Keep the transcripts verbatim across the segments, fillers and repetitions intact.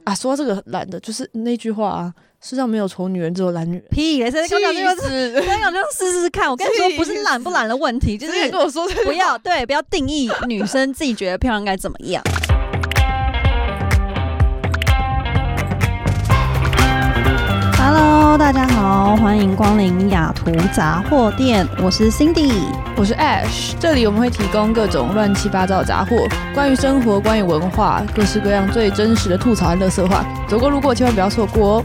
啊，说到这个懒的，就是那句话啊，世上没有丑女人，只有懒女人。 屁嘞！谁在跟我讲这个？谁在讲这个？试试看。我跟你说，不是懒不懒的问题，就是跟我说不要对，不要定义女生自己觉得漂亮该怎么样。Hello， 大家好，欢迎光临雅图杂货店，我是 Cindy， 我是 Ash， 这里我们会提供各种乱七八糟的杂货，关于生活，关于文化，各式各样最真实的吐槽和垃圾话，走过路过千万不要错过哦。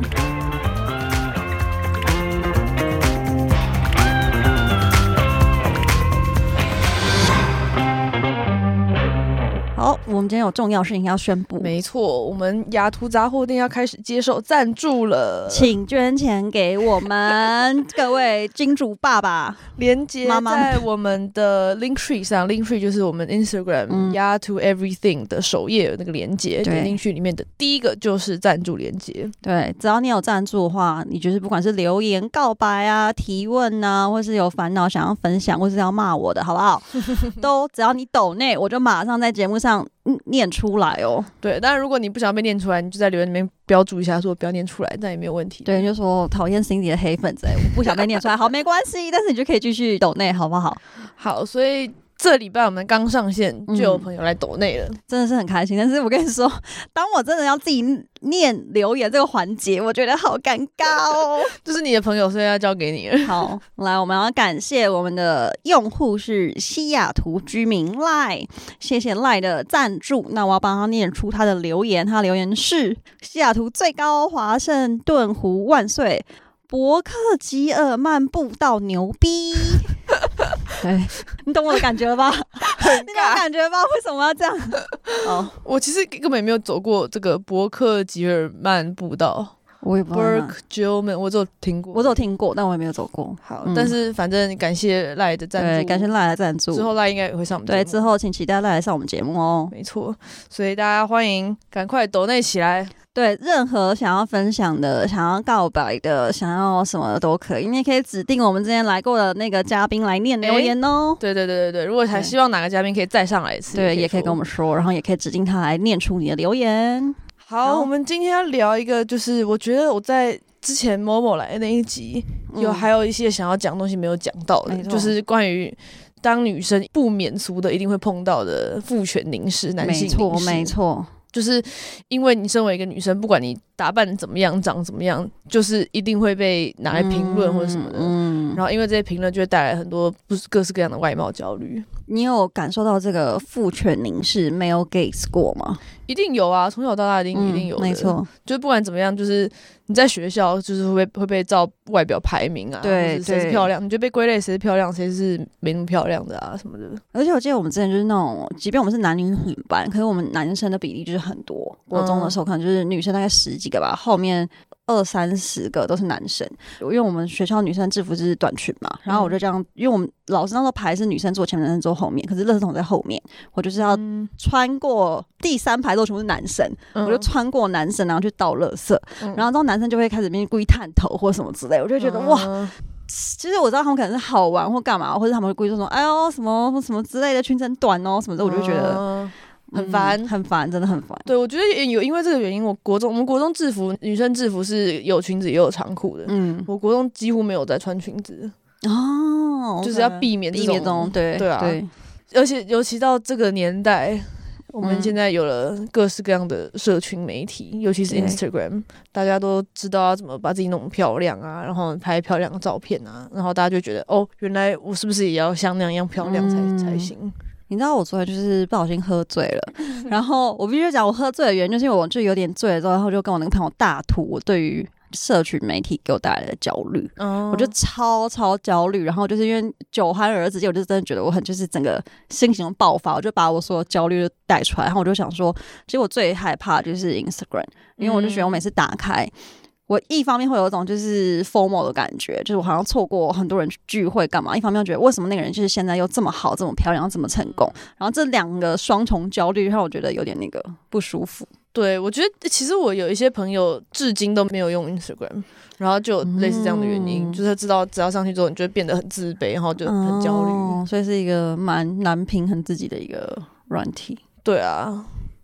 好，我们今天有重要事情要宣布。 没错，我们雅图杂货店要开始接受赞助了， 请捐钱给我们各位金主爸爸。 连结在我们的 Linktree 上 ，Linktree 就是我们 Instagram 雅图 Everything 的首页有那个连结，点进去里面的第一个就是赞助连结。 对，只要你有赞助的话，你就是不管是留言告白啊、提问啊，或是有烦恼想要分享，或是要骂我的，好不好？都只要你抖内，我就马上在节目上念出来哦。 对，当然如果你不想要被念出来，你就在留言里面标注一下说不要念出来，那也没有问题。 对，就说讨厌 Cindy 的黑粉之类，我不想被念出来，好，没关系，但是你就可以继续抖内，好不好？ 好，所以这礼拜我们刚上线，就有朋友来抖内了、嗯， 真的是很开心。但是我跟你说，当我真的要自己念留言这个环节，我觉得好尴尬哦。 就是你的朋友，所以要交给你了。 好，来，我们要感谢我们的用户是西雅图居民赖，谢谢赖的赞助。那我要帮他念出他的留言，他的留言是：西雅图最高华盛顿湖万岁，伯克吉尔漫步到牛逼。对，你懂我的感觉了吧？你懂我感觉了吧？为什么要这样？哦， 我其实根本也没有走过这个伯克吉尔曼步道， 我也不知道。 Berk Gilman 我只有听过， 我只有听过，但我也没有走过。 好，嗯、但是反正感谢赖的赞助， 对，感谢赖的赞助。 之后赖应该也会上我们节目， 对，之后请期待赖来上我们节目哦。 没错，所以大家欢迎赶快抖内起来。 对，任何想要分享的、想要告白的、想要什么的都可以，你也可以指定我们之前来过的那个嘉宾来念留言哦。 对对对对对，如果还希望哪个嘉宾可以再上来一次， 对，也可以跟我们说，然后也可以指定他来念出你的留言。 好，好我们今天要聊一个，就是我觉得我在之前某某来的那一集，有、嗯、还有一些想要讲的东西没有讲到的，就是关于当女生不免俗的一定会碰到的父权凝视、男性凝视。 没错，没错。 就是因为你身为一个女生，不管你打扮怎么样、长怎么样，就是一定会被拿来评论或者什么的。嗯，然后因为这些评论就会带来很多不是各式各样的外貌焦虑。 你有感受到这个父权凝视 male gaze 过吗？ 一定有啊，从小到大一定、嗯、一定有的。 没错， 就不管怎么样，就是你在学校就是会会被照外表排名啊， 对， 谁是漂亮，你就被归类谁是漂亮，谁是没那么漂亮的啊什么的。 而且我记得我们之前就是那种，即便我们是男女混班，可是我们男生的比例就是很多。国中的时候可能就是女生大概十几个吧，后面二三十个都是男生。因为我们学校女生制服就是短裙嘛，然后我就这样，因为我们老师那时候排是女生坐前面，男生坐后面，可是垃圾桶在后面，我就是要穿过第三排都全部是男生，嗯、我就穿过男生，然后去倒垃圾，嗯、然后之后男生就会开始故意探头或什么之类，我就觉得、嗯、哇。其实我知道他们可能是好玩或干嘛，或者他们会故意说什么哎呦什么什么之类的，裙子很短哦什么的，我就觉得。嗯很烦、 嗯，很烦，真的很烦。 对，我觉得也有因为这个原因，我国中我们国中制服女生制服是有裙子也有长裤的，嗯，我国中几乎没有在穿裙子哦， 就是要避免这种， 避免这种，对对啊对， 而且尤其到这个年代，我们现在有了各式各样的社群媒体，尤其是 Instagram， 大家都知道要怎么把自己弄漂亮啊，然后拍漂亮的照片啊，然后大家就觉得哦，原来我是不是也要像那样一样漂亮才、嗯、才行。 你知道我昨天就是不小心喝醉了，然后我必须讲我喝醉的原因就是因为我就有点醉了之后，然后就跟我那个朋友大吐我对于社群媒体给我带来的焦虑，嗯、我就超超焦虑，然后就是因为酒酣耳热之间，我就真的觉得我很就是整个心情爆发，我就把我所有焦虑都带出来，然后我就想说，其实我最害怕就是 Instagram， 因为我就觉得我每次打开。我一方面会有一种就是 FOMO 的感觉，就是我好像错过很多人聚会干嘛，一方面觉得为什么那个人就是现在又这么好这么漂亮这么成功，然后这两个双重焦虑让我觉得有点那个不舒服。 对，我觉得其实我有一些朋友至今都没有用 Instagram， 然后就有类似这样的原因、嗯、就是他知道只要上去之后你就会变得很自卑，然后就很焦虑、哦、 所以是一个蛮难平衡自己的一个软体。 对啊，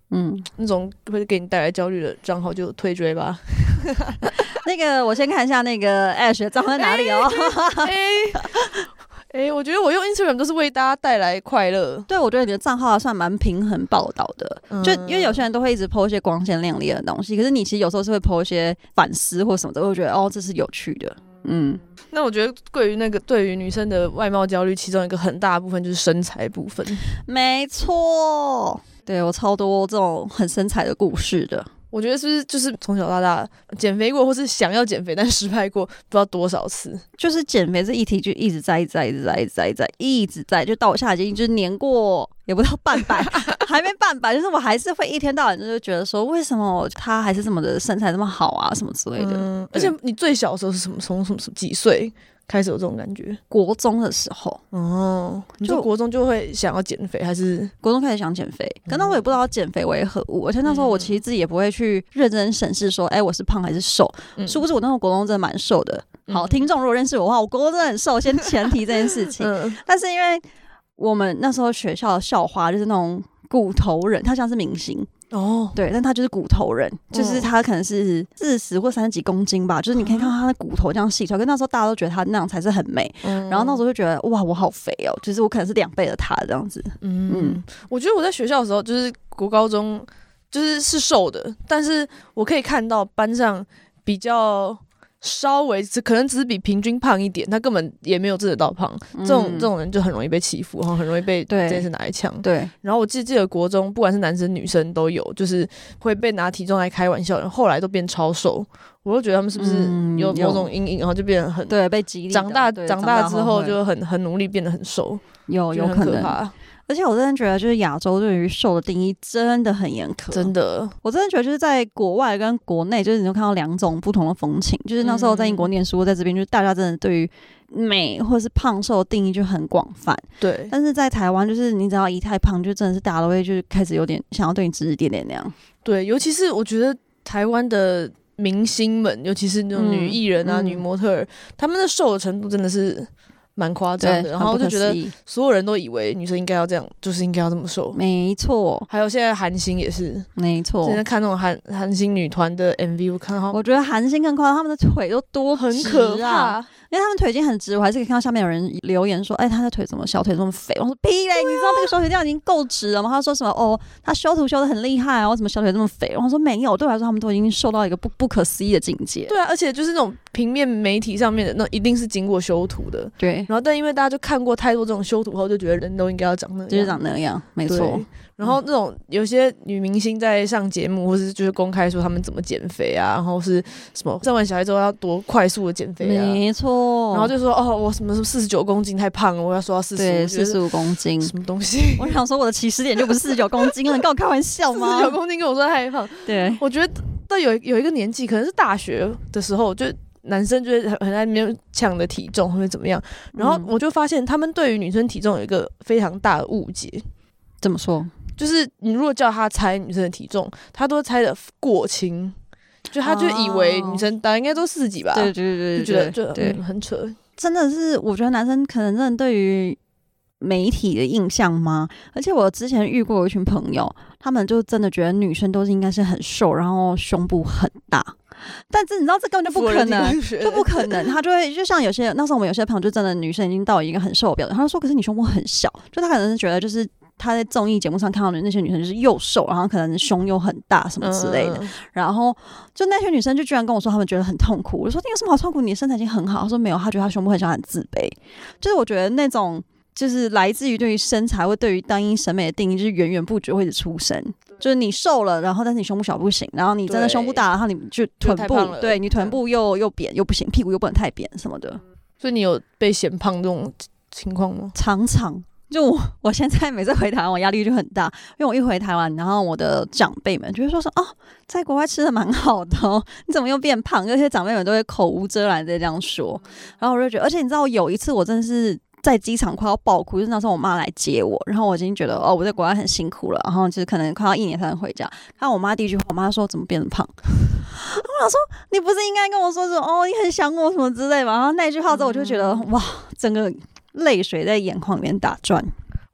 嗯，那种会给你带来焦虑的账号就退追吧。 那个我先看一下那个 Ash 的账号在哪里哦。 哎哎、欸，我觉得我用 Instagram 都是为大家带来快乐。 对，我觉得你的账号还算蛮平衡报道的，嗯、就因为有些人都会一直 po 一些光鲜亮丽的东西，可是你其实有时候是会 po 一些反思或什么的，我会觉得哦，这是有趣的。嗯， 那我觉得对于那个对于女生的外貌焦虑，其中一个很大的部分就是身材部分。 没错，对我超多这种很身材的故事的。 我觉得是不是就是从小到大减肥过，或是想要减肥但失败过，不知道多少次。 就是减肥这议题就一直在，一直在，一直在，一直在，一直在，一直在，就到我现在已经就是年过也不到半百，还没半百，就是我还是会一天到晚就是觉得说，为什么他还是这么的身材这么好啊，什么之类的。嗯、 而且你最小的时候是什么？从什么几岁开始有这种感觉？ 国中的时候。 哦，你就国中就会想要减肥，还是国中开始想减肥？可那我也不知道减肥为何物，而且那时候我其实自己也不会去认真审视说，哎、欸，我是胖还是瘦。嗯、殊不知我那时候国中真的蛮瘦的。好，听众如果认识我的话，我国中真的很瘦，先前提这件事情。嗯、但是因为我们那时候学校的校花就是那种骨头人，他像是明星。哦，对，但他就是骨头人，就是他可能是四十或三十几公斤吧，就是你可以看到他的骨头这样细出来。可是那时候大家都觉得他那样才是很美，嗯、然后那时候就觉得哇，我好肥哦，就是我可能是两倍的他这样子。嗯嗯，我觉得我在学校的时候，就是国高中，就是是瘦的，但是我可以看到班上比较稍微可能只是比平均胖一点，他根本也没有真的到胖。嗯、这种这种人就很容易被欺负，然后很容易被这件事拿来呛。对，然后我记记得国中不管是男生女生都有，就是会被拿体重来开玩笑，然后后来都变超瘦。我就觉得他们是不是有某种阴影，然后就变得很对被激励。 长大长大之后就很很努力变得很瘦， 有有可能。而且我真的觉得，就是亚洲对于瘦的定义真的很严苛， 真的。 我真的觉得，就是在国外跟国内，就是你就看到两种不同的风情。就是那时候在英国念书，在这边就是大家真的对于美或者是胖瘦的定义就很广泛。对。但是在台湾，就是你只要一太胖，就真的是大家都会就是开始有点想要对你指指点点那样。 对，尤其是我觉得台湾的明星们，尤其是那种女艺人啊、嗯、女模特儿，他们的瘦的程度真的是蛮夸张的，然后就觉得所有人都以为女生应该要这样，就是应该要这么瘦。 没错， 还有现在韩星也是， 没错。 现在看那种韩韩星女团的 M V， 我看到我觉得韩星更夸张，他们的腿都多很可怕。 因为他们腿已经很直，我还是可以看到下面有人留言说：“哎、欸，他的腿怎么小腿这么肥？”我说：“屁嘞！啊、你知道这个小腿这样已经够直了吗？”他说什么：“哦，他修图修得很厉害啊，为什么小腿这么肥？”我说：“没有，对我来说，他们都已经瘦到一个不不可思议的境界。” 对啊，而且就是那种平面媒体上面的那一定是经过修图的。对。然后，但因为大家就看过太多这种修图后，就觉得人都应该要长那样， 就是长那样，没错。 然后那种有些女明星在上节目，或是就是公开说他们怎么减肥啊，然后是什么生完小孩之后要多快速的减肥啊， 没错。 然后就说哦，我什么什么四十九公斤太胖了，我要瘦到四十五， 对，四十五公斤， 什么东西？ 我想说我的起始点就不是四十九公斤了，你跟我开玩笑吗？ 四十九公斤跟我说太胖，对，我觉得到有有一个年纪，可能是大学的时候，就男生就是很在那边抢的体重或者怎么样，然后我就发现他们对于女生体重有一个非常大的误解。 怎么说？ 就是你如果叫他猜女生的体重，他都猜的过轻，就他就以为女生大概应该都四十几吧， 对对对， 就觉得就对、嗯、很扯。 真的是，我觉得男生可能真的对于媒体的印象吗？而且我之前遇过有一群朋友，他们就真的觉得女生都是应该是很瘦，然后胸部很大。但是你知道这根本就不可能，就不可能。他就会就像有些那时候我们有些朋友就真的女生已经到一个很瘦的标准，他就说可是你胸部很小，就他可能是觉得就是他在综艺节目上看到的那些女生就是又瘦，然后可能胸又很大什么之类的，嗯、然后就那些女生就居然跟我说他们觉得很痛苦。我说你有什么好痛苦？你的身材已经很好。他说没有，他觉得他胸部很小，很自卑。就是我觉得那种就是来自于对于身材或对于单一审美的定义，就是源源不绝会一直出生。就是你瘦了，然后但是你胸部小不行，然后你真的胸部大，然后你就臀部，对你臀部又又扁又不行，屁股又不能太扁什么的。 所以你有被嫌胖这种情况吗？ 常常。就 我, 我现在每次回台湾，我压力就很大，因为我一回台湾，然后我的长辈们就会说说哦，在国外吃的蛮好的哦，你怎么又变胖？那些长辈们都会口无遮拦的这样说，然后我就觉得，而且你知道有一次我真的是在机场快要爆哭，就是那时候我妈来接我，然后我已经觉得哦我在国外很辛苦了，然后就是可能快要一年才能回家。看我妈第一句话，我妈说怎么变得胖？我想说你不是应该跟我说说哦你很想我什么之类吗？然后那一句话之后，我就觉得哇，整个泪水在眼眶里面打转。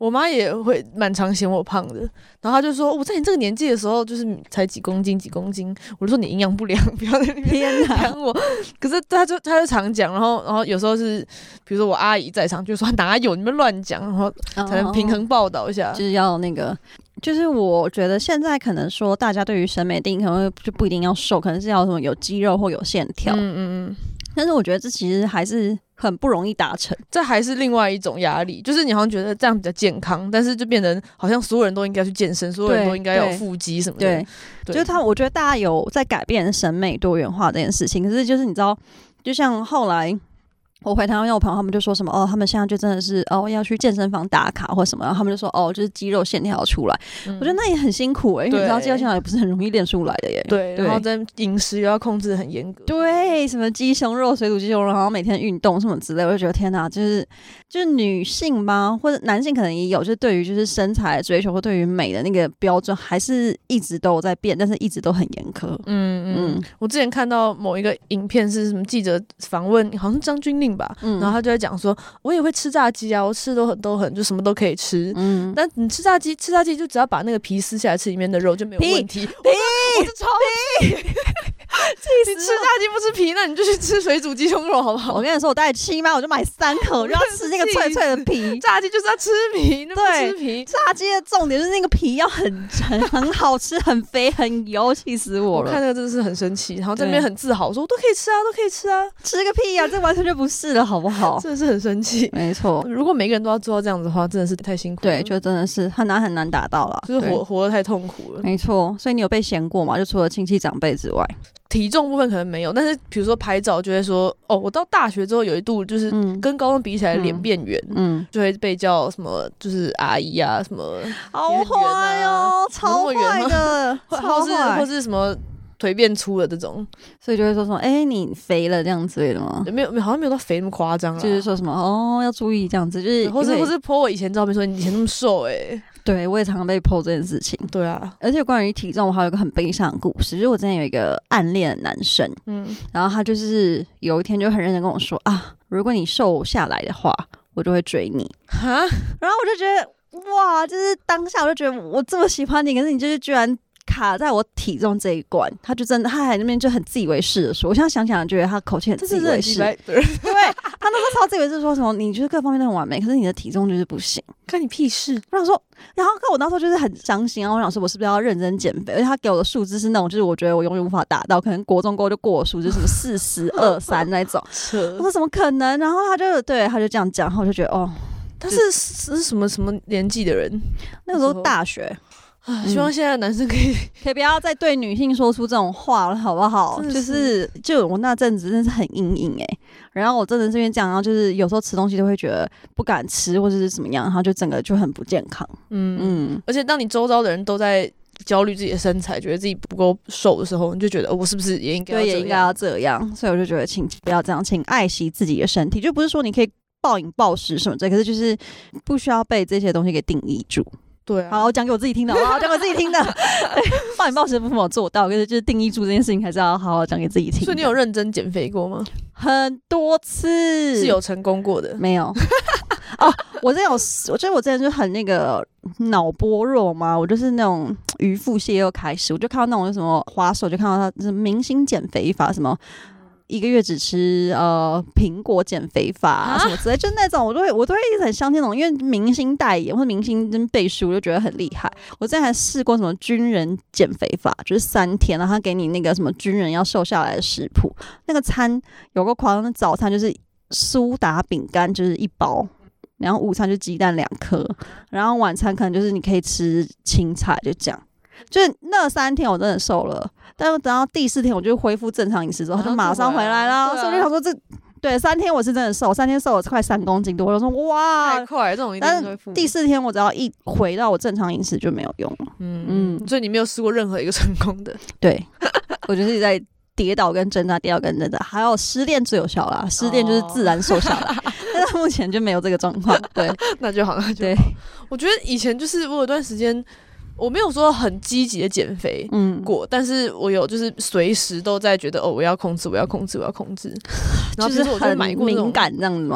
我妈也会蛮常嫌我胖的，然后她就说我在你这个年纪的时候就是才几公斤几公斤，我就说你营养不良，不要在那边讲我。可是她就她就常讲，然后然后有时候是比如说我阿姨在场就说哪有你们乱讲，然后才能平衡报道一下， 就是要那个。就是我觉得现在可能说大家对于审美定义可能就不一定要瘦，可能是要什么有肌肉或有线条。嗯嗯嗯。但是我觉得这其实还是很不容易达成， 这还是另外一种压力，就是你好像觉得这样比较健康，但是就变成好像所有人都应该去健身，所有人都应该要有腹肌什么的。 对，对就是他，我觉得大家有在改变审美多元化这件事情，可是就是你知道，就像后来。我回台湾，我朋友他们就说什么哦，他们现在就真的是哦要去健身房打卡或什么，然后他们就说哦，就是肌肉线条要出来。嗯、我觉得那也很辛苦哎、欸，因为你知道肌肉线条也不是很容易练出来的耶。 对，然后在饮食又要控制得很严格。 对，什么鸡胸肉、水煮鸡胸肉，然后每天运动什么之类，我就觉得天哪，就是就是女性吧，或者男性可能也有，就是对于就是身材的追求或对于美的那个标准，还是一直都有在变，但是一直都很严苛。嗯嗯，我之前看到某一个影片是什么记者访问，好像是张钧甯吧，嗯、然后他就在讲说，我也会吃炸鸡啊，我吃都很都很就什么都可以吃，嗯，但你吃炸鸡吃炸鸡就只要把那个皮撕下来吃里面的肉就没有问题。 皮我就超皮，你吃炸鸡不吃皮，那你就去吃水煮鸡胸肉好不好？ 我跟你说，我带七妈我就买三颗，我就要吃那个脆脆的皮。 炸鸡就是要吃皮，那不吃皮。 炸鸡的重点就是那个皮要很很很好吃，很肥很油，气死我了。 我看那个真的是很生气，然后在那边很自豪说，我都可以吃啊，都可以吃啊， 吃个屁啊，这完全就不是了，好不好？ 真的是很生气， 没错。 如果每个人都要做到这样子的话，真的是太辛苦了。 对，就真的是很难很难达到了， 就是活活得太痛苦了。 没错，所以你有被嫌过吗？就除了亲戚长辈之外， 体重部分可能没有，但是比如说拍照就会说，哦，我到大学之后有一度就是跟高中比起来脸变圆，嗯，就会被叫什么就是阿姨啊什么， 好坏哦，超坏的， 或是或是什么。腿变粗了这种， 所以就会说什么，哎、欸，你肥了这样之类的吗？ 没有，好像没有到肥那么夸张啊。 就是说什么哦，要注意这样子，就是或是或是 po 我以前照片说你以前那么瘦哎、欸。 对，我也常常被 po 这件事情。 对啊， 而且关于体重，我还有一个很悲伤的故事，就是我之前有一个暗恋的男生，嗯，然后他就是有一天就很认真跟我说啊，如果你瘦下来的话，我就会追你。哈，然后我就觉得哇，就是当下我就觉得我这么喜欢你，可是你就是居然。卡在我体重这一关，他就真的，他还那边就很自以为是的说，我现在想想觉得他口气很自以为是，对，对他那时候超自以为是说什么，你就是各方面都很完美，可是你的体重就是不行， 干你屁事！ 我想说，然后我那时候就是很伤心啊，我想说我是不是要认真减肥？而且他给我的数字是那种，就是我觉得我永远无法达到，可能国中过就过的数字，什么四十二三那种，我说怎么可能？然后他就对他就这样讲，然后我就觉得哦， 他是是什么什么年纪的人？ 那个时候大学。 希望现在的男生可以、嗯、 可以不要再对女性说出这种话了，好不好？是就是就我那阵子真的是很阴影哎，然后我真的是因为这样，然后就是有时候吃东西都会觉得不敢吃或者是怎么样，然后就整个就很不健康。嗯嗯，而且当你周遭的人都在焦虑自己的身材，觉得自己不够瘦的时候，你就觉得、哦、我是不是也应该对也应该要这样？所以我就觉得请不要这样，请爱惜自己的身体，就不是说你可以暴饮暴食什么之类，可是就是不需要被这些东西给定义住。 对啊， 好，我讲给我自己听的，好，讲给我自己听的。暴饮暴食的部分我做到，可是就是定义住这件事情，还是要好好讲给自己听。 所以你有认真减肥过吗？ 很多次， 是有成功过的？没有。 哦，我之前有，我觉得我之前就很那个脑波弱嘛，我就是那种渔夫蟹又开始，我就看到那种什么滑手，就看到他就是明星减肥法什么。一个月只吃呃苹果减肥法、啊、什么之类，就那种我都会我都会一直很相信那种，因为明星代言或者明星跟背书，我就觉得很厉害。我之前还试过什么军人减肥法，就是三天，然后他给你那个什么军人要瘦下来的食谱，那个餐有个夸张的，早餐就是苏打饼干就是一包，然后午餐就鸡蛋两颗，然后晚餐可能就是你可以吃青菜，就这样。就是那三天我真的瘦了，但是等到第四天我就恢复正常饮食之后，他就马上回来了、啊。所以我就想说这，对三天我是真的瘦，三天瘦了快三公斤多，我就说哇， 太快了，这种一定会复。 第四天我只要一回到我正常饮食就没有用了。 嗯嗯，所以你没有试过任何一个成功的？ 对，我就是在跌倒跟挣扎，跌倒跟挣扎，还有失恋最有效啦，失恋就是自然瘦下来。哦、但是目前就没有这个状况。对， 那就好，那就好。对，我觉得以前就是我有段时间。我没有说很积极的减肥过、嗯，但是我有就是随时都在觉得哦，我要控制，我要控制，我要控制。然后就是我就买过敏感这样子吗？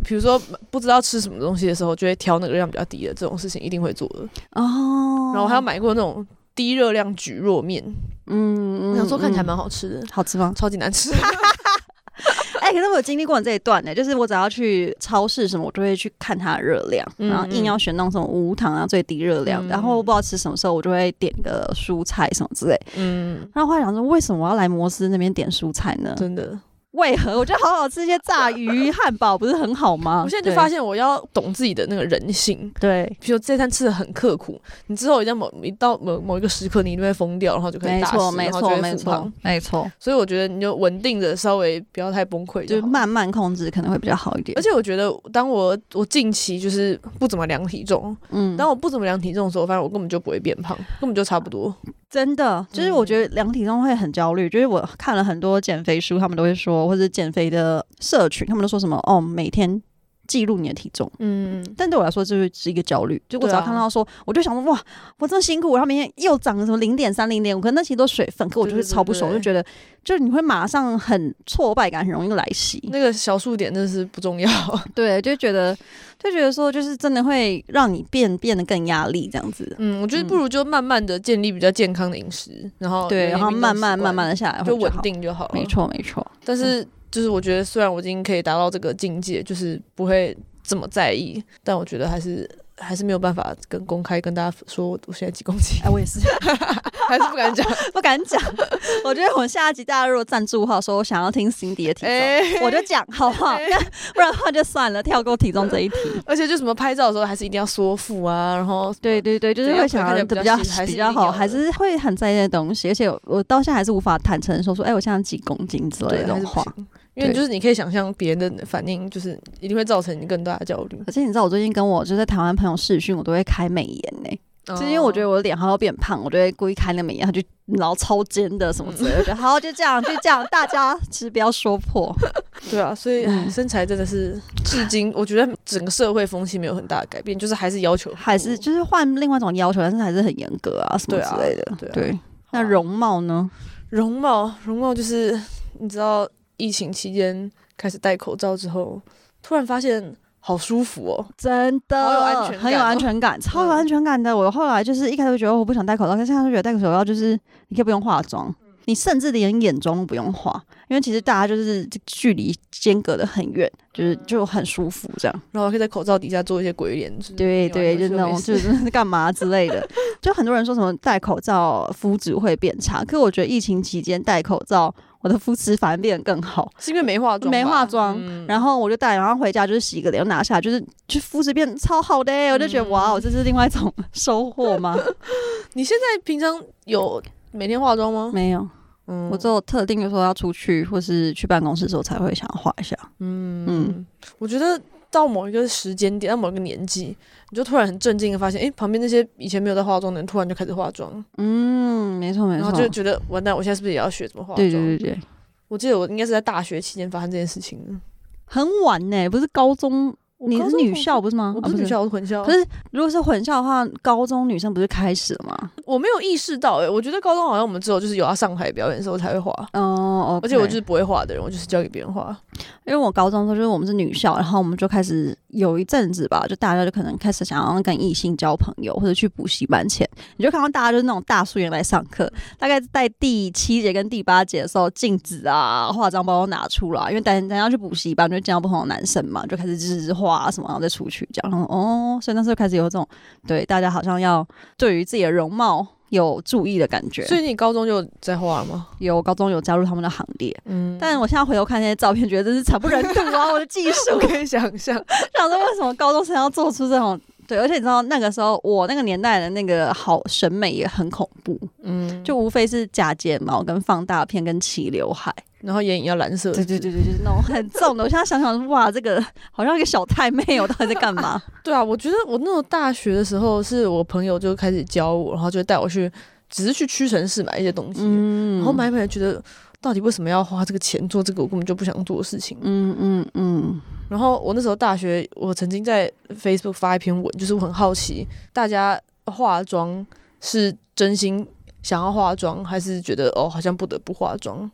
比如说不知道吃什么东西的时候，就会挑那个热量比较低的，这种事情一定会做的哦。然后还有买过那种低热量蒟蒻面，嗯，我想说看起来蛮好吃的， 好吃吗？ 超级难吃。 哎、欸，可是我有经历过你这一段呢、欸，就是我只要去超市什么，我就会去看它的热量，嗯嗯，然后硬要选那种什么无糖啊、最低热量的，嗯，然后我不知道吃什么时候，我就会点个蔬菜什么之类，嗯，然后后来想说，为什么我要来摩斯那边点蔬菜呢？ 真的。 为何？我觉得好好吃一些炸鱼汉堡不是很好吗？ 我现在就发现我要懂自己的那个人性，对，比如这餐吃的很刻苦，你之后一到某一到某某一个时刻，你一定会疯掉，然后就可以大吃， 没错，没错，没错，没错。 所以我觉得你就稳定的，稍微不要太崩溃， 就慢慢控制可能会比较好一点。 而且我觉得，当我我近期就是不怎么量体重，嗯，当我不怎么量体重的时候，我发现我根本就不会变胖，根本就差不多。 真的，就是我觉得量体重会很焦虑，嗯，就是我看了很多减肥书，他们都会说，或者减肥的社群，他们都说什么哦，每天记录你的体重，嗯，但对我来说这就是一个焦虑，就我只要看到说，啊，我就想说哇，我这么辛苦，然后明天又长了什么零点三、零点五，可能那其实都水分，可我就是超不爽，就觉得就是你会马上很挫败感，很容易来袭。 那个小数点真的是不重要， 对，就觉得就觉得说，就是真的会让你变变得更压力这样子。 嗯，我觉得不如就慢慢的建立比较健康的饮食，然后对，然后慢慢慢慢的下来就稳定就好了。 没错没错， 但是。嗯，就是我觉得虽然我已经可以达到这个境界，就是不会这么在意，但我觉得还是还是没有办法跟公开跟大家说我现在几公斤。 哎，我也是， 还是不敢讲， 不敢讲。我觉得我下一集大家如果赞助的话，说我想要听 Cindy 的体重，欸，我就讲好不好？欸，不然的话就算了，跳过体重这一题。 而且就什么拍照的时候还是一定要缩腹啊，然后对对对，就是会想要比较比较好，还是会很在意的东西。而且我到现在还是无法坦诚说说，哎，欸，我现在几公斤之类的这种话。 因为就是你可以想象别人的反应，就是一定会造成你更大的焦虑。 而且你知道，我最近跟我就在台湾朋友视讯，我都会开美颜呢，欸。就因为我觉得我的脸好要变胖，我就会故意开那美颜，他就然后超尖的什么之类的，我觉得好就这样就这样，大家其实不要说破。 对啊，所以，嗯，身材真的是至今我觉得整个社会风气没有很大的改变，就是还是要求， 还是就是换另外一种要求，但是还是很严格啊什么之类的。对啊，对啊，对。那容貌呢？ 容貌，容貌就是你知道，疫情期间开始戴口罩之后，突然发现好舒服哦， 真的， 好有安全感，哦， 很有安全感，超有安全感的。嗯，我后来就是一开始觉得我不想戴口罩，但是现在就觉得戴口罩就是你可以不用化妆，嗯，你甚至连眼妆都不用化，因为其实大家就是距离间隔的很远，就是就很舒服这样。 然后可以在口罩底下做一些鬼脸， 对对，就那种就是干嘛之类的。就很多人说什么戴口罩肤质会变差，可我觉得疫情期间戴口罩，我的肤质反而变得更好， 是因为没化妆， 没化妆，嗯，然后我就戴，然后回家就是洗个脸，又拿下，就是就肤质变超好的，欸，我就觉得，嗯，哇，这是另外一种收获吗？ 你现在平常有每天化妆吗？ 没有，嗯，我只有特定的时候要出去或是去办公室的时候才会想要化一下。嗯嗯，我觉得到某一个时间点，到某一个年纪，你就突然很震惊的发现，哎，欸，旁边那些以前没有在化妆的人，突然就开始化妆。 嗯，没错没错。 然后就觉得完蛋，我现在是不是也要学怎么化妆？ 对对对对。 我记得我应该是在大学期间发生这件事情， 很晚呢，欸，不是高中。你是女校不是吗？ 我不是女校，我是混校。 可是如果是混校的话，高中女生不是开始了吗？ 我没有意识到，哎、欸，我觉得高中好像我们只有就是有要上台表演的时候才会画哦， okay，而且我就是不会画的人，我就是交给别人画。 因为我高中的时候就是我们是女校，然后我们就开始有一阵子吧，就大家就可能开始想要跟异性交朋友，或者去补习班前，你就看到大家就是那种大素颜来上课，大概在第七节跟第八节的时候，镜子啊、化妆包都拿出来，因为大家要去补习班，就见到不同的男生嘛，就开始日画啊什么，然后再出去这样。然后哦，所以那时候开始有这种对大家好像要对于自己的容貌有注意的感觉。 所以你高中就在画了吗？ 有，高中有加入他们的行列。嗯，但我现在回头看那些照片，觉得真是惨不忍睹啊！我的技术可以想象， 想说为什么高中生要做出这种。对，而且你知道那个时候我那个年代的那个好审美也很恐怖，嗯，就无非是假睫毛跟放大片跟齐刘海， 然后眼影要蓝色， 对对对对，就是那种很重的。我现在想想，哇，这个好像一个小太妹，我到底在干嘛？ 对啊，我觉得我那种大学的时候，是我朋友就开始教我，然后就带我去，只是去屈臣氏买一些东西，嗯，然后买一买觉得到底为什么要花这个钱做这个我根本就不想做的事情，嗯嗯嗯。然后我那时候大学，我曾经在 Facebook 发一篇文，就是我很好奇大家化妆是真心想要化妆，还是觉得哦好像不得不化妆。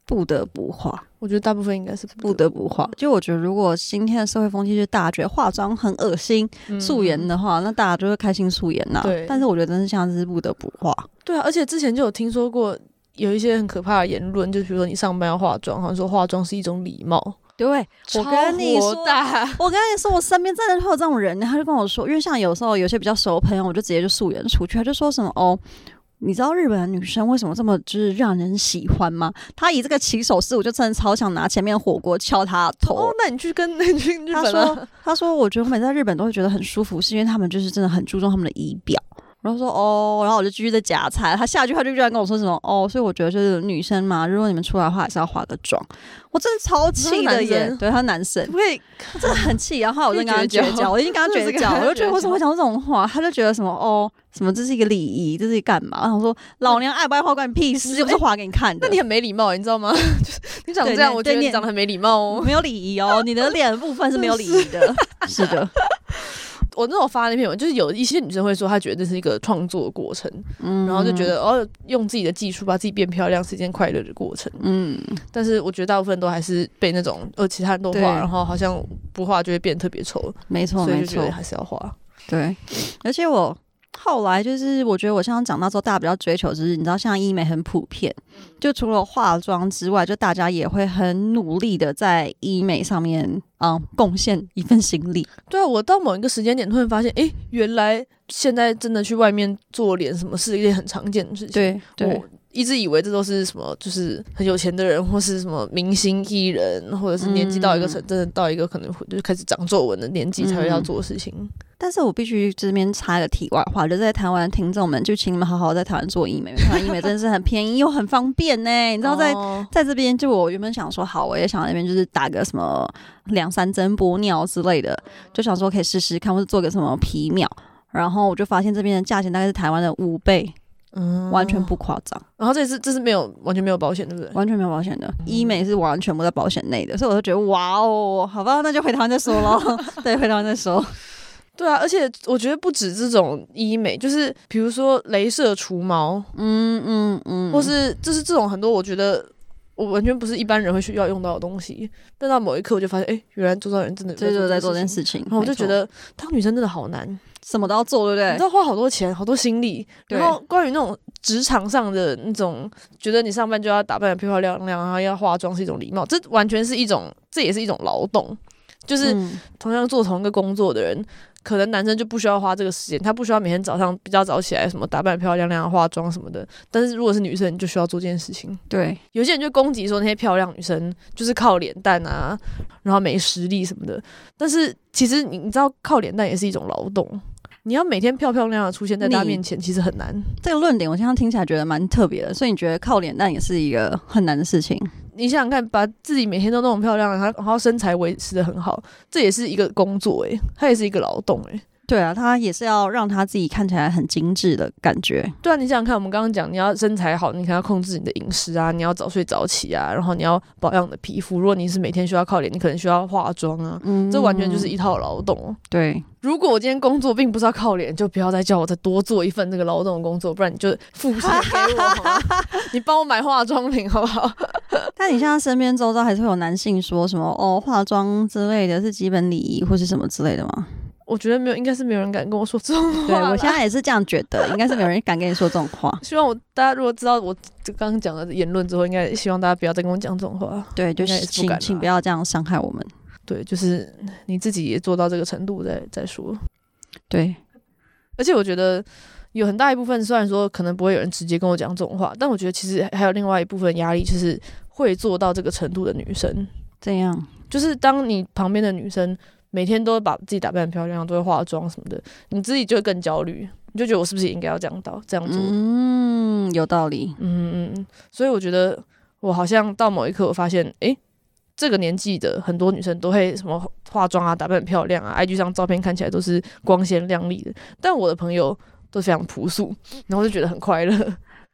不得不化。 我觉得大部分应该是不得不化。就我觉得，如果今天的社会风气是大家觉得化妆很恶心、嗯、素颜的话，那大家就会开心素颜呐、啊。对。但是我觉得真是像是不得不化。 对啊，而且之前就有听说过有一些很可怕的言论，就比如说你上班要化妆，好像说化妆是一种礼貌。 对，我跟你说，我跟你说，我身边真的会有这种人，他就跟我说，因为像有时候有些比较熟的朋友，我就直接就素颜出去，他就说什么哦。你知道日本的女生为什么这么就是让人喜欢吗？她以这个起手式，我就真的超想拿前面火锅敲她的头。 哦，那你去跟你去日本了？ 他说，他说，我觉得我每次在日本都会觉得很舒服，是因为他们就是真的很注重他们的仪表。然后说哦，然后我就继续在夹菜。他下一句话就居然跟我说什么哦，所以我觉得就是女生嘛，如果你们出来的话，还是要化个妆。我真的超气的耶！对，他男生， 不可以， 真的很气。然后我就跟他绝交，我已经跟他绝交，我就觉得为什么会讲这种话？他就觉得什么哦，什么这是一个礼仪，这是干嘛？然后我说老娘爱不爱化关你屁事，又不是化给你看的。 那你很没礼貌，你知道吗？就是你长这样，我觉得你长得很没礼貌哦， 没有礼仪哦，你的脸的部分是没有礼仪的。是的。 我那种发那篇文，就是有一些女生会说，她觉得这是一个创作过程，嗯，然后就觉得哦，用自己的技术把自己变漂亮是一件快乐的过程，嗯。但是我觉得大部分都还是被那种呃其他人都画，然后好像不画就会变特别丑， 没错， 所以就觉得还是要画。 对，而且我后来就是我觉得我现在长大之后，大家比较追求就是你知道，像医美很普遍，就除了化妆之外，就大家也会很努力的在医美上面嗯贡献一份心力。 对啊，我到某一个时间点突然发现，哎，原来现在真的去外面做脸什么是一件很常见的事情。 对对。 我一直以为这都是什么，就是很有钱的人，或是什么明星艺人，或者是年纪到一个程，真的到一个可能就开始长皱纹的年纪才会要做的事情。嗯， 但是我必须这边插一个题外话，就在台湾的听众们，就请你们好好在台湾做医美，台湾医美真的是很便宜又很方便呢。你知道在，在在这边，就我原本想说，好，我也想在那边就是打个什么两三针玻尿之类的，就想说可以试试看，或者做个什么皮秒，然后我就发现这边的价钱大概是台湾的五倍。嗯，完全不夸张。 然后这是这是没有完全没有保险，对不对？ 完全没有保险的，嗯、医美是完全不在保险内的，所以我就觉得哇哦，好吧，那就回台湾再说咯。对，回台湾再说。 对啊，而且我觉得不止这种医美，就是比如说雷射除毛，嗯嗯嗯，或是就是这种很多，我觉得我完全不是一般人会需要用到的东西。但到某一刻，我就发现，哎、欸，原来周遭人真的在做在做这件事情， 然后我就觉得当女生真的好难。 什么都要做，对不对？ 你知道花好多钱，好多心力。然后关于那种职场上的那种，觉得你上班就要打扮得漂漂亮亮，然后要化妆是一种礼貌，这完全是一种，这也是一种劳动。就是同样做同一个工作的人，可能男生就不需要花这个时间，他不需要每天早上比较早起来，什么打扮得漂漂亮亮、化妆什么的。但是如果是女生，你就需要做这件事情。 对， 有些人就攻击说那些漂亮女生就是靠脸蛋啊，然后没实力什么的。但是其实你你知道，靠脸蛋也是一种劳动。你要每天漂漂亮亮的出现在大家面前，其实很难。 这个论点我现在听起来觉得蛮特别的，所以你觉得靠脸蛋也是一个很难的事情？ 你想想看，把自己每天都弄漂亮，然后身材维持得很好，这也是一个工作诶、欸，它也是一个劳动诶、欸。 对啊，他也是要让他自己看起来很精致的感觉。 对啊，你想想看，我们刚刚讲，你要身材好，你可能要控制你的饮食啊，你要早睡早起啊，然后你要保养你的皮肤。如果你是每天需要靠脸，你可能需要化妆啊，嗯，这完全就是一套劳动。 对，如果我今天工作并不是要靠脸，就不要再叫我再多做一份这个劳动的工作，不然你就付钱给我好吗？你帮我买化妆品好不好？ 但你现在身边周遭还是会有男性说什么哦，化妆之类的是基本礼仪或是什么之类的吗？ 我觉得没有，应该是没有人敢跟我说这种话。 对，我现在也是这样觉得，应该是没有人敢跟你说这种话。 希望我大家如果知道我刚刚讲的言论之后，应该希望大家不要再跟我讲这种话。 对，就是请请不要这样伤害我们。 对，就是你自己也做到这个程度再再说。 对， 而且我觉得有很大一部分，虽然说可能不会有人直接跟我讲这种话，但我觉得其实还有另外一部分压力，就是会做到这个程度的女生。 怎样？ 就是当你旁边的女生每天都把自己打扮得漂亮，都会化妆什么的，你自己就会更焦虑，你就觉得我是不是也应该要这样到这样做？ 嗯，有道理。 嗯嗯，所以我觉得我好像到某一刻，我发现，哎、欸，这个年纪的很多女生都会什么化妆啊，打扮得漂亮啊 ，I G 上照片看起来都是光鲜亮丽的，但我的朋友都非常朴素，然后就觉得很快乐。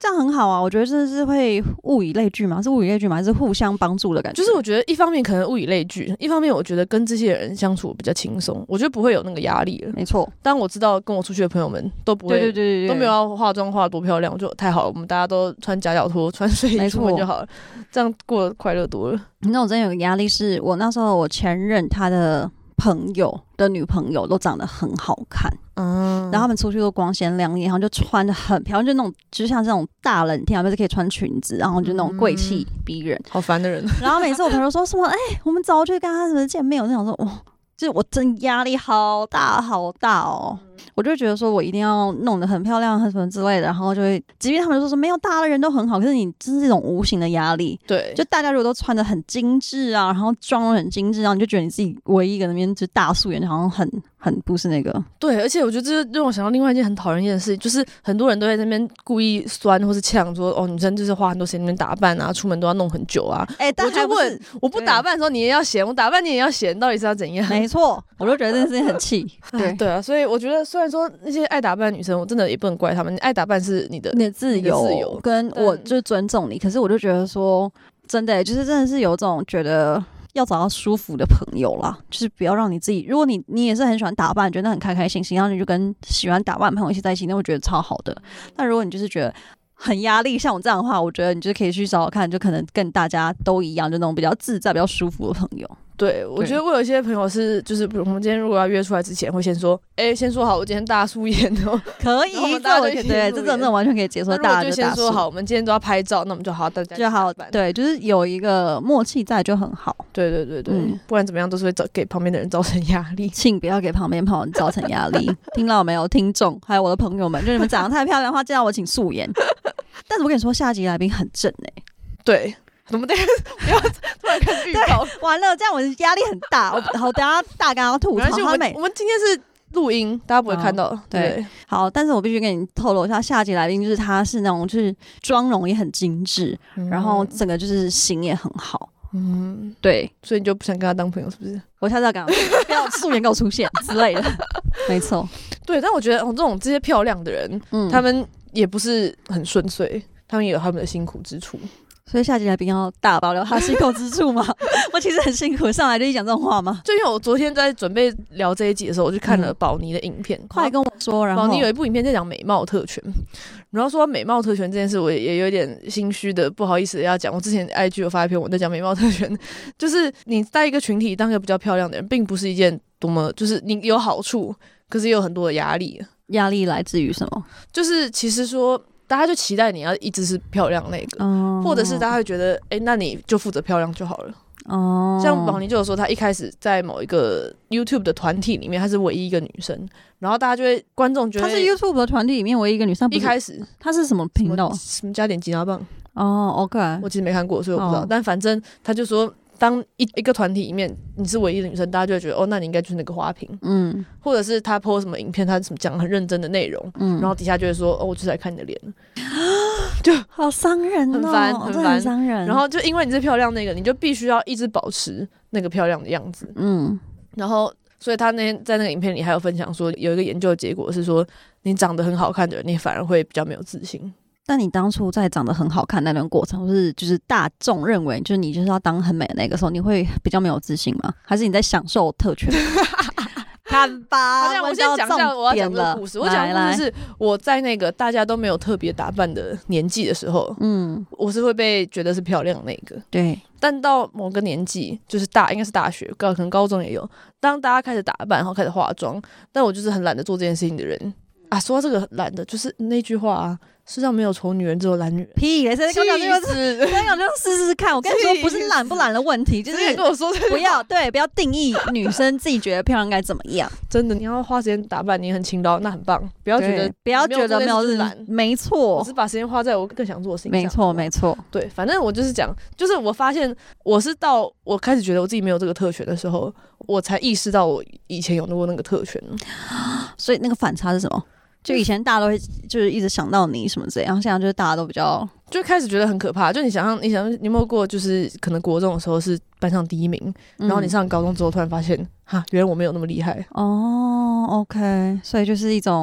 这样很好啊，我觉得真的是会物以类聚嘛，是物以类聚吗？还是互相帮助的感觉？ 就是我觉得一方面可能物以类聚，一方面我觉得跟这些人相处比较轻松，我觉得不会有那个压力了。 没错， 当我知道跟我出去的朋友们都不会， 对对对对对， 都没有要化妆化多漂亮，就太好了，我们大家都穿夹脚拖、穿睡衣出门就好了，这样过得快乐多了。 那我真的有个压力是，我那时候我前任他的朋友的女朋友都长得很好看。嗯，然后他们出去都光鲜亮丽，然后就穿的很漂亮，就那种就像这种大冷天，还是可以穿裙子，然后就那种贵气逼人， 好烦的人。 然后每次我朋友说什么，哎、欸，我们走去跟他什么见面，我就想说，哇，就是我真压力好大好大哦。我就觉得说我一定要弄得很漂亮什么之类的，然后就会，即便他们说说没有，大家的人都很好，可是你这是这种无形的压力。 对， 就大家如果都穿得很精致啊，然后妆容很精致，然后你就觉得你自己唯一一个那边就大素颜，好像很很不是那个。 对，而且我觉得这让我想到另外一件很讨人厌的事，就是很多人都在那边故意酸或是呛说，哦，女生就是花很多时间在那边打扮啊，出门都要弄很久啊。 哎、欸， 我就问，我不打扮的时候你也要嫌，我打扮你也要嫌，到底是要怎样？ 没错，我就觉得这件事情很气。对对啊，所以我觉得虽然说那些爱打扮的女生，我真的也不能怪他们，爱打扮是你的你的自由， 自由跟我就尊重你。可是我就觉得说，真的、欸，就是真的是有种觉得要找到舒服的朋友啦，就是不要让你自己，如果你你也是很喜欢打扮，觉得很开开心心，然后你就跟喜欢打扮的朋友一起在一起，那我觉得超好的。但如果你就是觉得很压力，像我这样的话，我觉得你就可以去找找看，就可能跟大家都一样，就那种比较自在、比较舒服的朋友。 对，我觉得我有一些朋友是，就是我们今天如果要约出来之前，会先说，哎、欸，先说好，我今天大素颜哦， 可以，这我对，这种这种完全可以接受。大家就先说好，我们今天都要拍照，那我们就好好大家就好，对，就是有一个默契在就很好。 对对对对，嗯、不然怎么样都是会造给旁边的人造成压力。 请不要给旁边朋友造成压力，听到没有，听众还有我的朋友们，就你们长得太漂亮的话，就让我请素颜。但是我跟你说，下集来宾很正哎、欸， 对。我们等下不要突然开始预告， 完了，这样我压力很大。我好，等下大刚要吐槽。 我们我们今天是录音，大家不会看到。对， 对好，但是我必须跟你透露一下，下集来宾就是他是那种就是妆容也很精致，嗯、然后整个就是型也很好。嗯，对， 所以你就不想跟他当朋友，是不是？ 我下次要跟他不要素颜给我出现之类的。没错， 对，但我觉得哦，这种这些漂亮的人，嗯，他们也不是很顺遂，他们也有他们的辛苦之处。 所以下集来宾要大爆料他辛苦之处吗？我其实很辛苦，上来就一讲这种话吗？ 就因为我昨天在准备聊这一集的时候，我就看了宝妮的影片，嗯、 快跟我说。然后宝妮有一部影片在讲美貌特权，然后说美貌特权这件事，我也有点心虚的，不好意思要讲。我之前 I G 有发一篇文在讲美貌特权，就是你在一个群体当一个比较漂亮的人，并不是一件多么就是你有好处，可是也有很多的压力。 压力来自于什么？ 就是其实说。大家就期待你要一直是漂亮那个，哦、或者是大家会觉得，哎、欸，那你就负责漂亮就好了。哦，像宝妮就有说，她一开始在某一个 YouTube 的团体里面，她是唯一一个女生，然后大家就会观众觉得她是 YouTube 的团体里面唯一一个女生。 一开始她是什么频道？ 什么加点吉拿棒？ 哦 ，OK， 我其实没看过，所以我不知道。哦、但反正她就说。当一一个团体里面你是唯一的女生，大家就会觉得哦，那你应该就是那个花瓶，嗯，或者是他 po 什么影片，他什么讲很认真的内容，嗯，然后底下就会说哦，我就是来看你的脸，就好伤人哦， 很烦，很烦， 很伤人。 然后就因为你是漂亮那个，你就必须要一直保持那个漂亮的样子，嗯，然后所以他那天在那个影片里还有分享说，有一个研究的结果是说，你长得很好看的人，你反而会比较没有自信。 但你当初在长得很好看那段过程，或是就是大众认为就是你就是要当很美的那个时候，你会比较没有自信吗？还是你在享受特权？看吧， 好像我先讲一下我要讲这个故事。我讲的故事是我在那个大家都没有特别打扮的年纪的时候，嗯，我是会被觉得是漂亮的那个。 对， 但到某个年纪，就是大应该是大学，高可能高中也有，当大家开始打扮，然后开始化妆，但我就是很懒得做这件事情的人啊。说到这个懒的，就是那句话啊。世上没有丑女人，只有懒女人。 屁！谁跟我讲这个事？我跟你讲，就试试看。我跟你说，不是懒不懒的问题，就是跟我说不要对，不要定义女生自己觉得漂亮该怎么样。 真的，你要花时间打扮，你很勤劳，那很棒。不要觉得不要觉得没有日懒， 没错。 我是把时间花在我更想做的事情上。 没错，没错。 对，反正我就是讲，就是我发现我是到我开始觉得我自己没有这个特权的时候，我才意识到我以前有过那个特权。 所以那个反差是什么？就以前大家都会就是一直想到你什么这样，现在就是大家都比较就开始觉得很可怕。就你想象，你想你有没有过，就是可能国中的时候是班上第一名，嗯、然后你上高中之后突然发现，哈，原来我没有那么厉害。 哦 ，OK， 所以就是一种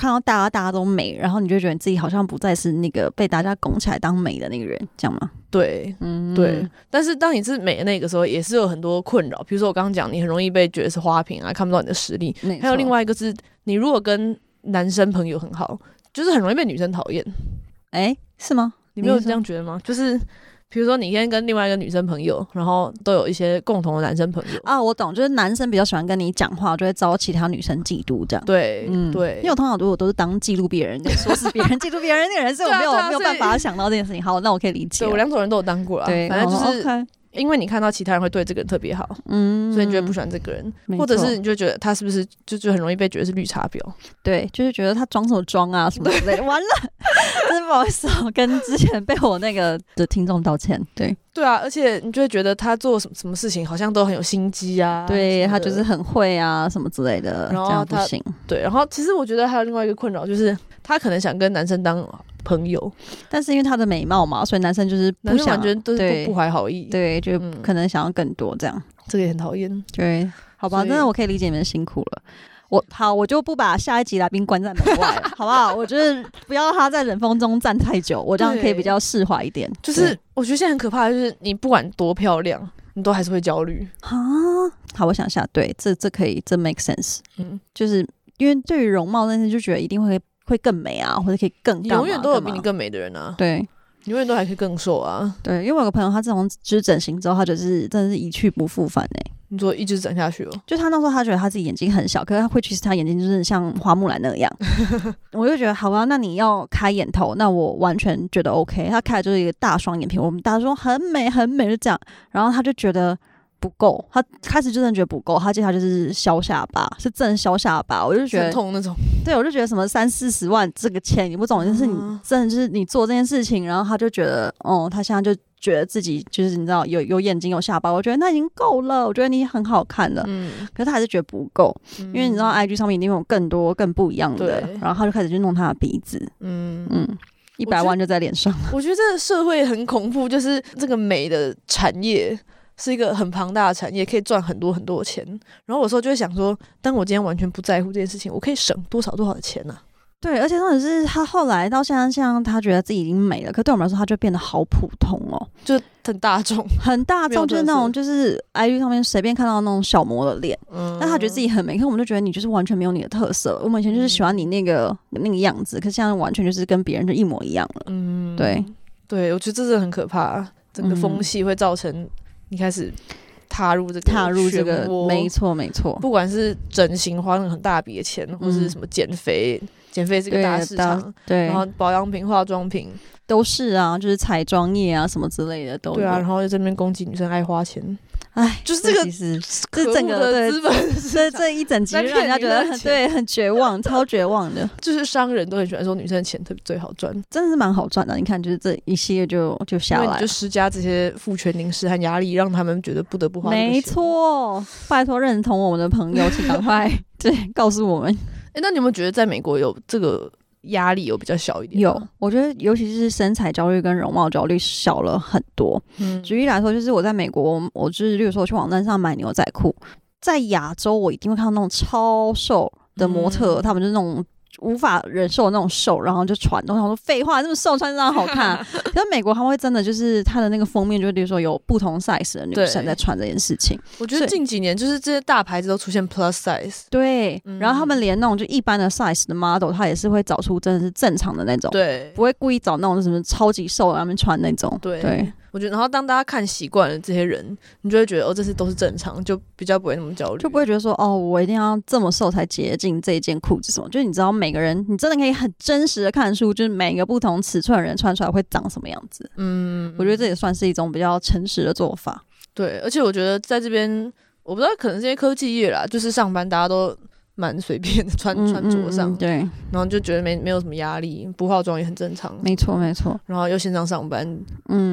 看到大家大家都美，然后你就觉得你自己好像不再是那个被大家拱起来当美的那个人，这样吗？ 对，嗯，对。但是当你是美的那个时候，也是有很多困扰，比如说我刚刚讲，你很容易被觉得是花瓶啊，看不到你的实力。还有另外一个是，你如果跟男生朋友很好，就是很容易被女生讨厌。 哎、欸，是吗？ 你没有这样觉得吗？就是比如说你今天跟另外一个女生朋友，然后都有一些共同的男生朋友啊，我懂，就是男生比较喜欢跟你讲话，就会招其他女生嫉妒这样。 对，嗯，对， 因为我通常如果都是当记录别人，说是别人记录别人那个人，所以我没有、啊啊、没有办法想到这件事情。好，那我可以理解。 对，我两种人都有当过啦，对，反正就是。Okay，因为你看到其他人会对这个人特别好，嗯，所以你就会不喜欢这个人，或者是你就觉得他是不是就就很容易被觉得是绿茶婊？对， 就是觉得他装什么装啊什么之类的。完了，真不好意思哦，跟之前被我那个的听众道歉。对， 对啊，而且你就会觉得他做什么什么事情好像都很有心机啊， 对他就是很会啊什么之类的，然后这样不行。 对，然后其实我觉得还有另外一个困扰就是，他可能想跟男生当朋友， 但是因为她的美貌嘛，所以男生就是不想， 完全都是不怀好意， 对，就可能想要更多这样，嗯、 这个也很讨厌。 对，好吧，真的我可以理解你们辛苦了。我好，我就不把下一集来宾关在门外了，好不好？我就是不要他在冷风中站太久，我这样可以比较释怀一点。 就是我觉得现在很可怕的就是你不管多漂亮，你都还是会焦虑啊。好，我想一下，对，这这可以，这 make sense。嗯，就是因为对于容貌那些就觉得一定会。会更美啊，或者可以更干嘛， 你永远都有比你更美的人啊。 对， 你永远都还可以更瘦啊。 对，因为我有个朋友，他自从就是整形之后，他就是真的是一去不复返哎、欸。 你说一直整下去哦？ 就他那时候他觉得他自己眼睛很小，可是他会其实他眼睛就是像花木兰那样。我就觉得好吧，那你要开眼头，那我完全觉得 OK。他开的就是一个大双眼皮，我们大家说很美很美就这样，然后他就觉得。不够，他开始就真的觉得不够，他接下来就是削下巴，是真削下巴，我就觉得很痛那种。 对，我就觉得什么三四十万这个钱你不懂，就是你真的就是你做这件事情，然后他就觉得，哦，他现在就觉得自己就是你知道有有眼睛有下巴，我觉得那已经够了，我觉得你很好看了，嗯，可是他还是觉得不够，嗯、因为你知道 I G 上面一定有更多更不一样的，然后他就开始去弄他的鼻子，嗯嗯。一百万就在脸上了。 我觉得这个社会很恐怖，就是这个美的产业是一个很庞大的产业，可以赚很多很多的钱。然后有时候就会想说，当我今天完全不在乎这件事情，我可以省多少多少的钱呢、啊？ 对，而且重点是他后来到现在，像他觉得自己已经美了，可对我们来说，他就变得好普通哦， 就很大众， 很大众，就是那种就是 I G 上面随便看到那种小模的脸，嗯，但他觉得自己很美，可是我们就觉得你就是完全没有你的特色。我们以前就是喜欢你那个、嗯、那个样子，可是现在完全就是跟别人就一模一样了。嗯，对， 对，我觉得这是很可怕，整个风气会造成你开始踏入这个踏入这个，没错没错， 不管是整形花那个很大笔的钱，嗯、或是什么减肥。减肥是一个大市场，对，然后保养品、化妆品都是啊，就是彩妆业啊什么之类的都有。 对啊，然后在这边攻击女生爱花钱， 哎， 就是这个， 其实这整个资本，这这一整集让人家觉得很对，很绝望，超绝望的。 就是商人都很喜欢说女生的钱特别最好赚， 真的是蛮好赚的。你看，就是这一系列就就下来， 因为你就施加这些父权凝视和压力，让他们觉得不得不花。 没错，拜托认同我们的朋友，请赶快对告诉我们。 哎、欸，那你有没有觉得在美国有这个压力有比较小一点？ 有，我觉得尤其是身材焦虑跟容貌焦虑小了很多。嗯，举例来说，就是我在美国，我就是例如说我去网站上买牛仔裤，在亚洲我一定会看到那种超瘦的模特，嗯、他们就是那种。无法忍受那种瘦，然后就穿。我想说废话，这么瘦穿这样好看、啊。可是美国他们会真的就是他的那个封面，就比如说有不同 size 的女生在穿这件事情。 我觉得近几年就是这些大牌子都出现 plus size， 对、嗯，然后他们连那种就一般的 size 的 model， 他也是会找出真的是正常的那种， 对， 不会故意找那种什么超级瘦的他们穿那种， 对。 对我觉得，然后当大家看习惯了这些人，你就会觉得哦，这些都是正常，就比较不会那么焦虑， 就不会觉得说哦，我一定要这么瘦才接近这一件裤子什么。就是你知道，每个人你真的可以很真实的看出，就是每个不同尺寸的人穿出来会长什么样子。嗯，我觉得这也算是一种比较诚实的做法。 对，而且我觉得在这边，我不知道可能这些科技业啦，就是上班大家都蛮随便的穿穿着上、嗯嗯嗯，对，然后就觉得没没有什么压力，不化妆也很正常， 没错没错。 然后又线上上班， 嗯，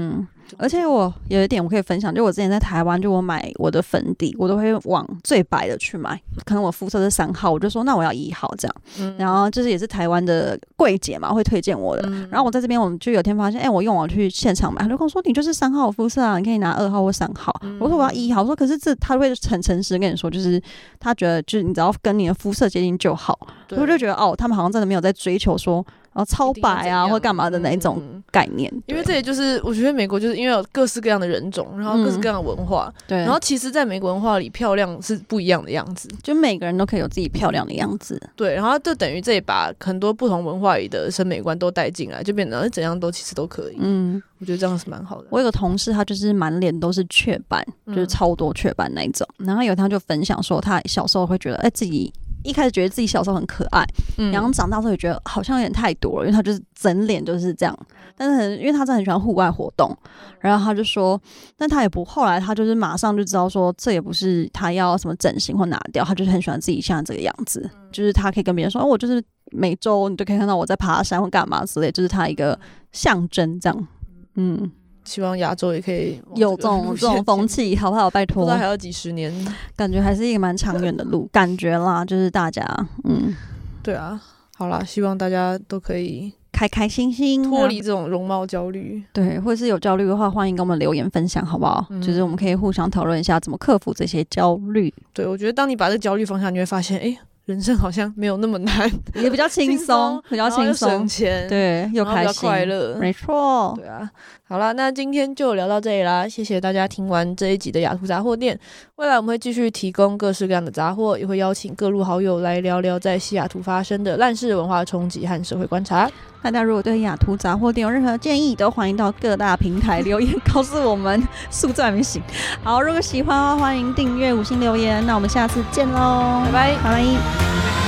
而且我有一点我可以分享，就我之前在台湾，就我买我的粉底，我都会往最白的去买。可能我肤色是三号，我就说那我要一号这样。嗯、然后就是也是台湾的柜姐嘛会推荐我的。嗯、然后我在这边，我们就有天发现，哎、欸，我用完去现场买，他就跟我说你就是三号肤色啊，你可以拿二号或三号。嗯、我说我要一号，我说可是这他会很诚实跟你说，就是他觉得就是你只要跟你的肤色接近就好。我就觉得哦，他们好像真的没有在追求说。然后超白啊或干嘛的那一种概念、嗯、 因为这也就是我觉得美国就是因为有各式各样的人种，然后各式各样的文化、嗯、对，然后其实在美国文化里漂亮是不一样的样子， 就每个人都可以有自己漂亮的样子， 对，然后就等于这里把很多不同文化里的审美观都带进来，就变成怎样都其实都可以，嗯，我觉得这样是蛮好的。 我有个同事他就是满脸都是雀斑、嗯、就是超多雀斑那一种，然后有一天他就分享说他小时候会觉得哎、欸、自己一开始觉得自己小时候很可爱、嗯、然后长大之后也觉得好像有点太多了，因为他就是整脸就是这样，但是因为他真的很喜欢户外活动，然后他就说但他也不，后来他就是马上就知道说这也不是他要什么整形或拿掉，他就是很喜欢自己现在这个样子、嗯、就是他可以跟别人说、哦、我就是每周你就可以看到我在爬山或干嘛之类，就是他一个象征这样。嗯， 希望亚洲也可以有这种这种风气，好不好？拜托， 不知道还要几十年， 感觉还是一个蛮长远的路，感觉啦，就是大家，嗯， 对啊，好啦，希望大家都可以开开心心， 脱离这种容貌焦虑， 对，或者是有焦虑的话，欢迎跟我们留言分享，好不好？嗯、就是我们可以互相讨论一下怎么克服这些焦虑。 对，我觉得当你把这个焦虑放下，你会发现，哎、欸。人生好像没有那么难， 也比较轻松，比较轻松， 省钱， 对，又开心， 比较快乐， 没错。 对啊，好啦，那今天就聊到这里啦，谢谢大家听完这一集的雅图杂货店。未来我们会继续提供各式各样的杂货，也会邀请各路好友来聊聊在西雅图发生的烂事文化冲击和社会观察。 大家如果对雅图杂货店有任何建议，都欢迎到各大平台留言告诉我们。速度还没醒。好，如果喜欢的话，欢迎订阅、五星留言。那我们下次见喽， 拜拜， 拜拜。